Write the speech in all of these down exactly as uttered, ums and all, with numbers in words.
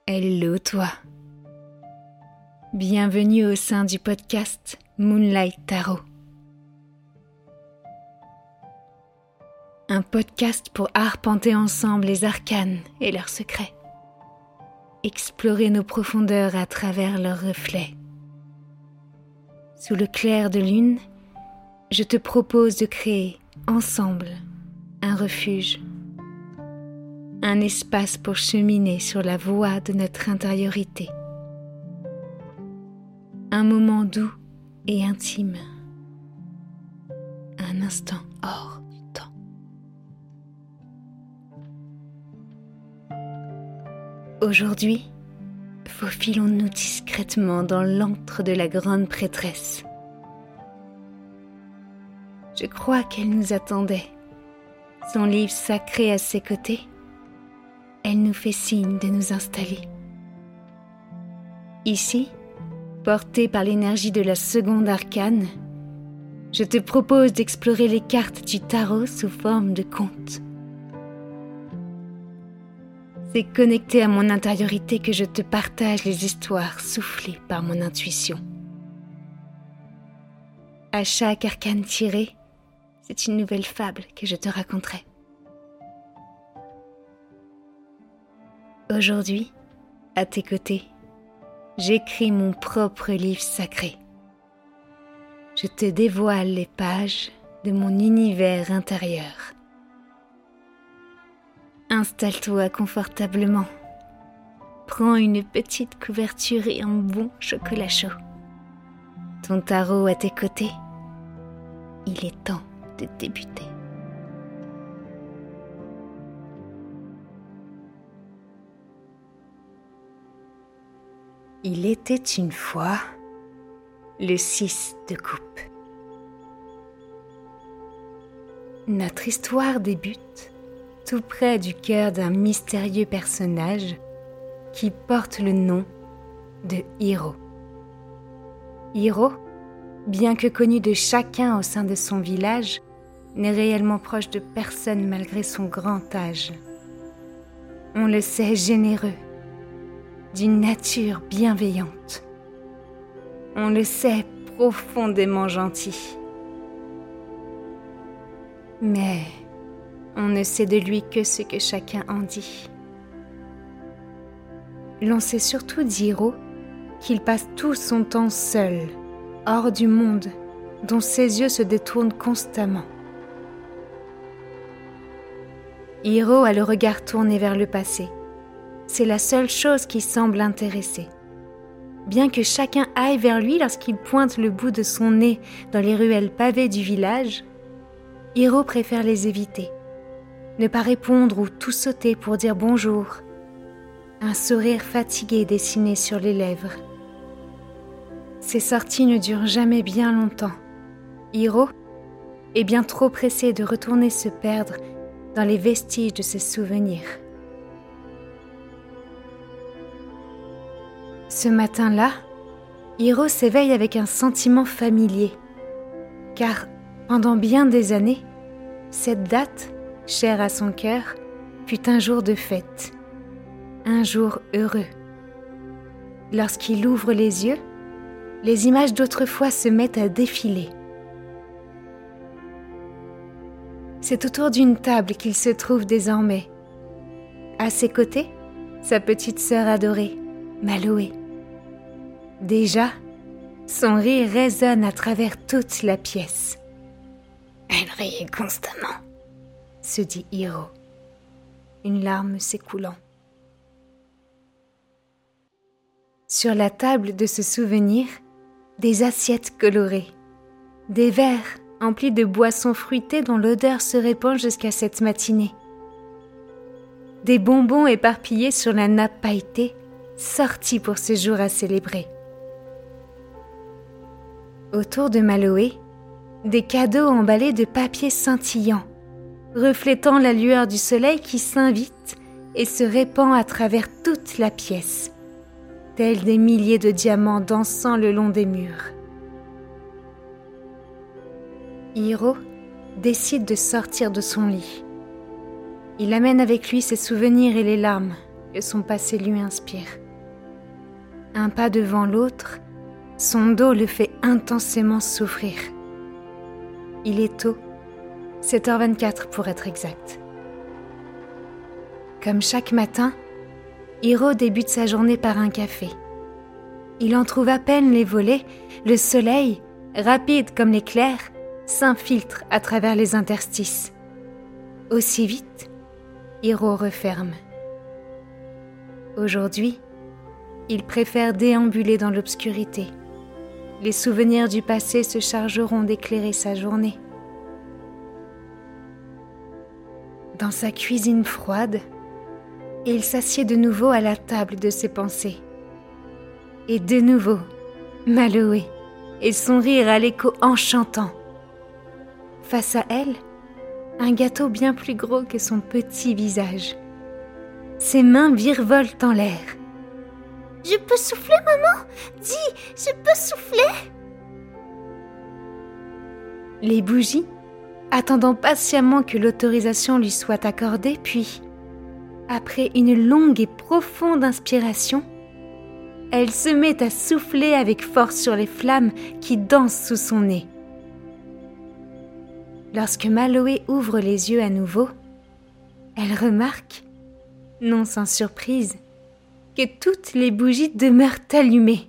Hello toi. Bienvenue au sein du podcast Moonlight Tarot. Un podcast pour arpenter ensemble les arcanes et leurs secrets. Explorer nos profondeurs à travers leurs reflets. Sous le clair de lune, je te propose de créer ensemble un refuge. Un espace pour cheminer sur la voie de notre intériorité. Un moment doux et intime. Un instant hors du temps. Aujourd'hui, faufilons-nous discrètement dans l'antre de la grande prêtresse. Je crois qu'elle nous attendait, son livre sacré à ses côtés. Elle nous fait signe de nous installer. Ici, portée par l'énergie de la seconde arcane, je te propose d'explorer les cartes du tarot sous forme de conte. C'est connecté à mon intériorité que je te partage les histoires soufflées par mon intuition. À chaque arcane tirée, c'est une nouvelle fable que je te raconterai. Aujourd'hui, à tes côtés, j'écris mon propre livre sacré. Je te dévoile les pages de mon univers intérieur. Installe-toi confortablement. Prends une petite couverture et un bon chocolat chaud. Ton tarot à tes côtés. Il est temps de débuter. Il était une fois le six de coupe. Notre histoire débute tout près du cœur d'un mystérieux personnage qui porte le nom de Hiro. Hiro, bien que connu de chacun au sein de son village, n'est réellement proche de personne malgré son grand âge. On le sait généreux, d'une nature bienveillante. On le sait profondément gentil. Mais on ne sait de lui que ce que chacun en dit. L'on sait surtout d'Hiro qu'il passe tout son temps seul, hors du monde, dont ses yeux se détournent constamment. Hiro a le regard tourné vers le passé. C'est la seule chose qui semble l'intéresser. Bien que chacun aille vers lui lorsqu'il pointe le bout de son nez dans les ruelles pavées du village, Hiro préfère les éviter, ne pas répondre ou tout sauter pour dire bonjour, un sourire fatigué dessiné sur les lèvres. Ces sorties ne durent jamais bien longtemps. Hiro est bien trop pressé de retourner se perdre dans les vestiges de ses souvenirs. Ce matin-là, Hiro s'éveille avec un sentiment familier, car pendant bien des années, cette date, chère à son cœur, fut un jour de fête, un jour heureux. Lorsqu'il ouvre les yeux, les images d'autrefois se mettent à défiler. C'est autour d'une table qu'il se trouve désormais. À ses côtés, sa petite sœur adorée, Maloé. Déjà, son rire résonne à travers toute la pièce. Elle rit constamment, se dit Hiro, une larme s'écoulant. Sur la table de ce souvenir, des assiettes colorées, des verres emplis de boissons fruitées dont l'odeur se répand jusqu'à cette matinée, des bonbons éparpillés sur la nappe pailletée, sortis pour ce jour à célébrer. Autour de Maloé, des cadeaux emballés de papier scintillant, reflétant la lueur du soleil qui s'invite et se répand à travers toute la pièce, tels des milliers de diamants dansant le long des murs. Hiro décide de sortir de son lit. Il amène avec lui ses souvenirs et les larmes, que son passé lui inspire. Un pas devant l'autre, son dos le fait intensément souffrir. Il est tôt, sept heures vingt-quatre pour être exact. Comme chaque matin, Hiro débute sa journée par un café. Il en trouve à peine les volets, le soleil, rapide comme l'éclair, s'infiltre à travers les interstices. Aussi vite, Hiro referme. Aujourd'hui, il préfère déambuler dans l'obscurité. Les souvenirs du passé se chargeront d'éclairer sa journée. Dans sa cuisine froide, il s'assied de nouveau à la table de ses pensées. Et de nouveau, Maloé et son rire à l'écho enchantant. Face à elle, un gâteau bien plus gros que son petit visage. Ses mains virevoltent en l'air. « Je peux souffler, maman ? Dis, je peux souffler ?» Les bougies, attendant patiemment que l'autorisation lui soit accordée, puis, après une longue et profonde inspiration, elle se met à souffler avec force sur les flammes qui dansent sous son nez. Lorsque Maloé ouvre les yeux à nouveau, elle remarque, non sans surprise, que toutes les bougies demeurent allumées.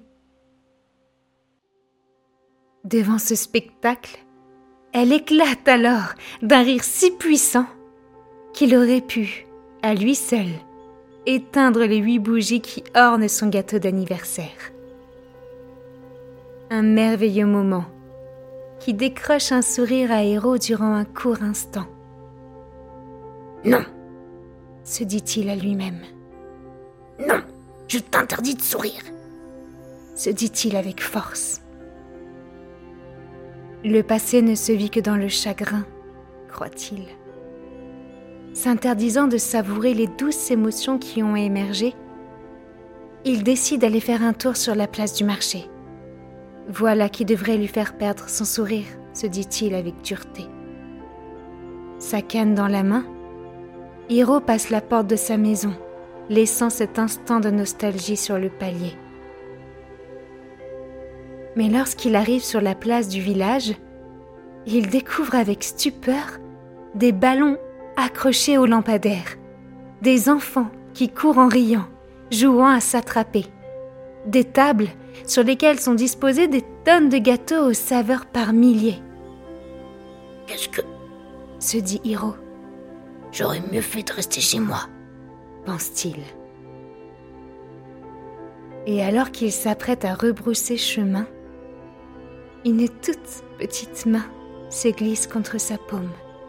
Devant ce spectacle, elle éclate alors d'un rire si puissant qu'il aurait pu, à lui seul, éteindre les huit bougies qui ornent son gâteau d'anniversaire. Un merveilleux moment qui décroche un sourire à Hiro durant un court instant. « Non !» se dit-il à lui-même. « Non, je t'interdis de sourire !» se dit-il avec force. Le passé ne se vit que dans le chagrin, croit-il. S'interdisant de savourer les douces émotions qui ont émergé, il décide d'aller faire un tour sur la place du marché. Voilà qui devrait lui faire perdre son sourire, se dit-il avec dureté. Sa canne dans la main, Hiro passe la porte de sa maison, laissant cet instant de nostalgie sur le palier. Mais lorsqu'il arrive sur la place du village, il découvre avec stupeur des ballons accrochés au lampadaire, des enfants qui courent en riant, jouant à s'attraper, des tables sur lesquelles sont disposées des tonnes de gâteaux aux saveurs par milliers. « Qu'est-ce que... » se dit Hiro. « J'aurais mieux fait de rester chez moi, » pense-t-il. Et alors qu'il s'apprête à rebrousser chemin, une toute petite main se glisse contre sa paume.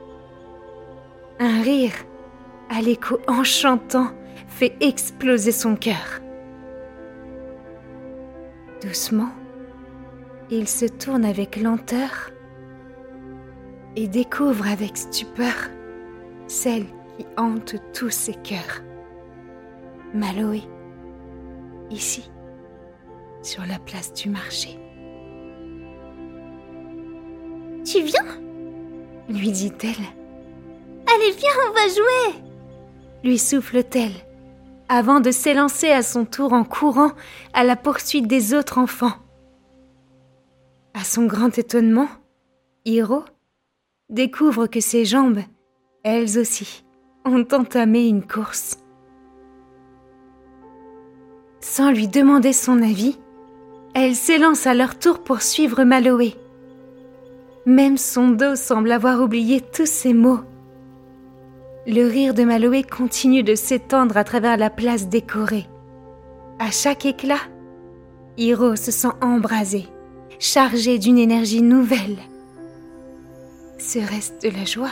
Un rire, à l'écho enchantant, fait exploser son cœur. Doucement, il se tourne avec lenteur et découvre avec stupeur celle qui hante tous ses cœurs. Maloé, ici, sur la place du marché. « Tu viens ?» lui dit-elle. « Allez, viens, on va jouer !» lui souffle-t-elle, avant de s'élancer à son tour en courant à la poursuite des autres enfants. À son grand étonnement, Hiro découvre que ses jambes, elles aussi, ont entamé une course. Sans lui demander son avis, elle s'élance à leur tour pour suivre Maloé. Même son dos semble avoir oublié tous ses mots. Le rire de Maloé continue de s'étendre à travers la place décorée. À chaque éclat, Hiro se sent embrasé, chargé d'une énergie nouvelle. Serait-ce de la joie ?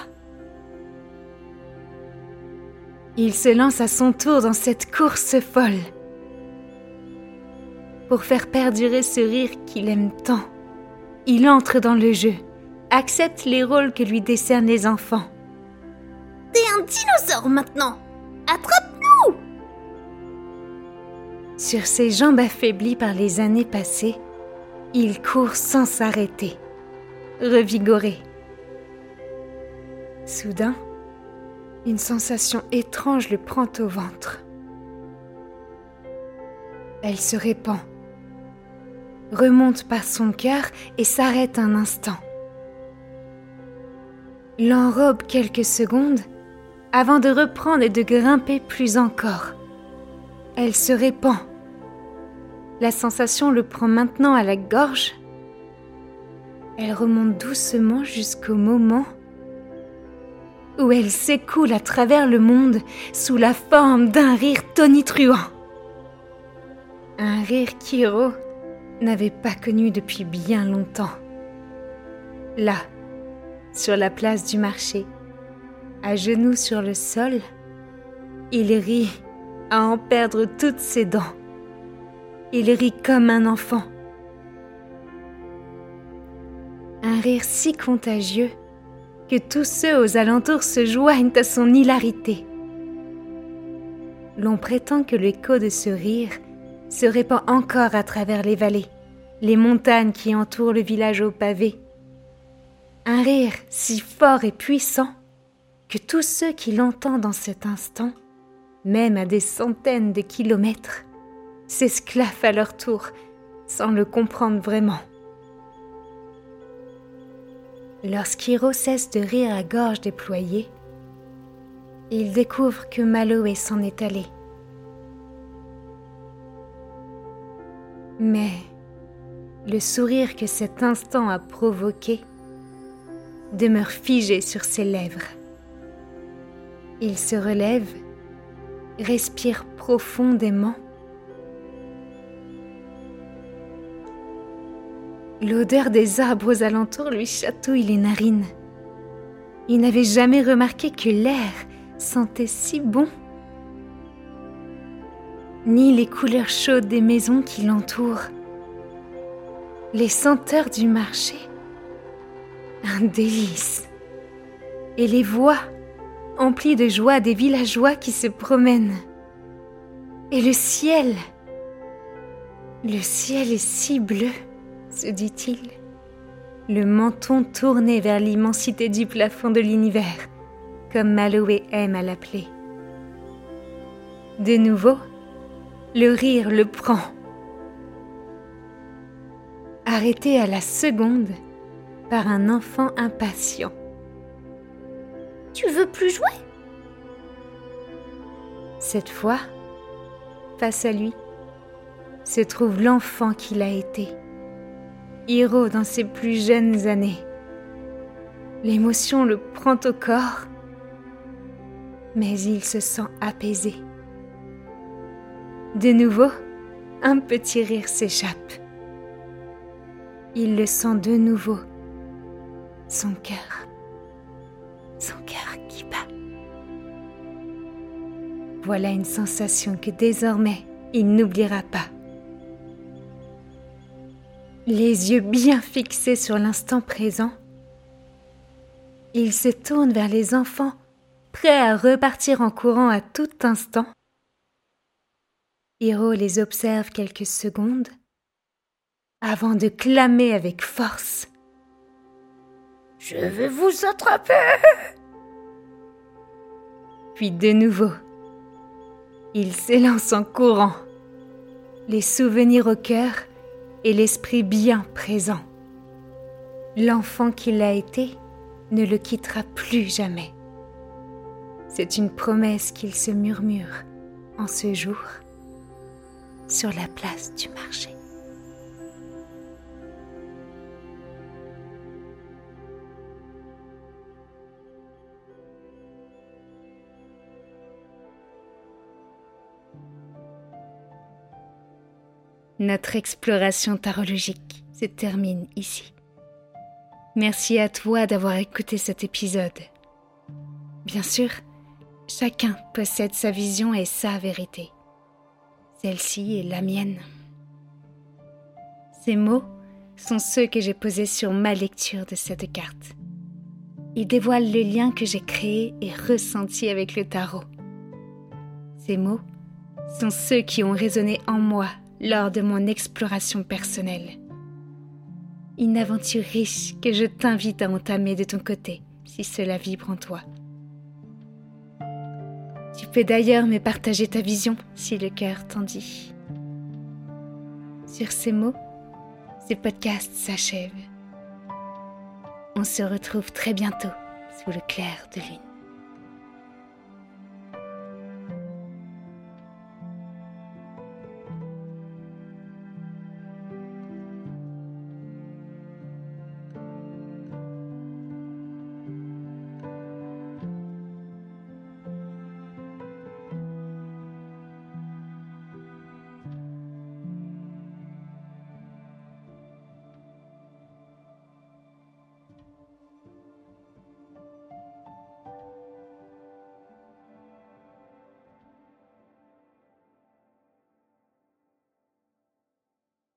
Il se lance à son tour dans cette course folle. Pour faire perdurer ce rire qu'il aime tant, il entre dans le jeu, accepte les rôles que lui décernent les enfants. « T'es un dinosaure maintenant ! Attrape-nous !» Sur ses jambes affaiblies par les années passées, il court sans s'arrêter, revigoré. Soudain, une sensation étrange le prend au ventre. Elle se répand, remonte par son cœur et s'arrête un instant. L'enrobe quelques secondes avant de reprendre et de grimper plus encore. Elle se répand. La sensation le prend maintenant à la gorge. Elle remonte doucement jusqu'au moment où elle s'écoule à travers le monde sous la forme d'un rire tonitruant. Un rire qu'Hiro n'avait pas connu depuis bien longtemps. Là, sur la place du marché, à genoux sur le sol, il rit à en perdre toutes ses dents. Il rit comme un enfant. Un rire si contagieux que tous ceux aux alentours se joignent à son hilarité. L'on prétend que l'écho de ce rire se répand encore à travers les vallées, les montagnes qui entourent le village au pavé. Un rire si fort et puissant que tous ceux qui l'entendent en cet instant, même à des centaines de kilomètres, s'esclaffent à leur tour sans le comprendre vraiment. Lorsqu'Hiro cesse de rire à gorge déployée, il découvre que Maloë s'en est allé. Mais le sourire que cet instant a provoqué demeure figé sur ses lèvres. Il se relève, respire profondément. L'odeur des arbres aux alentours lui chatouille les narines. Il n'avait jamais remarqué que l'air sentait si bon. Ni les couleurs chaudes des maisons qui l'entourent. Les senteurs du marché. Un délice. Et les voix emplies de joie des villageois qui se promènent. Et le ciel. Le ciel est si bleu, se dit-il, le menton tourné vers l'immensité du plafond de l'univers, comme Maloë aime à l'appeler. De nouveau, le rire le prend. Arrêté à la seconde par un enfant impatient. « Tu veux plus jouer ?» Cette fois, face à lui, se trouve l'enfant qu'il a été. Hiro dans ses plus jeunes années. L'émotion le prend au corps, mais il se sent apaisé. De nouveau, un petit rire s'échappe. Il le sent de nouveau. Son cœur, son cœur qui bat. Voilà une sensation que désormais il n'oubliera pas. Les yeux bien fixés sur l'instant présent, il se tourne vers les enfants, prêts à repartir en courant à tout instant. Hiro les observe quelques secondes, avant de clamer avec force. « Je vais vous attraper !» Puis de nouveau, il s'élance en courant, les souvenirs au cœur et l'esprit bien présent. L'enfant qu'il a été ne le quittera plus jamais. C'est une promesse qu'il se murmure en ce jour sur la place du marché. Notre exploration tarologique se termine ici. Merci à toi d'avoir écouté cet épisode. Bien sûr, chacun possède sa vision et sa vérité. Celle-ci est la mienne. Ces mots sont ceux que j'ai posés sur ma lecture de cette carte. Ils dévoilent le lien que j'ai créé et ressenti avec le tarot. Ces mots sont ceux qui ont résonné en moi lors de mon exploration personnelle. Une aventure riche que je t'invite à entamer de ton côté, si cela vibre en toi. Tu peux d'ailleurs me partager ta vision, si le cœur t'en dit. Sur ces mots, ce podcast s'achève. On se retrouve très bientôt sous le clair de lune.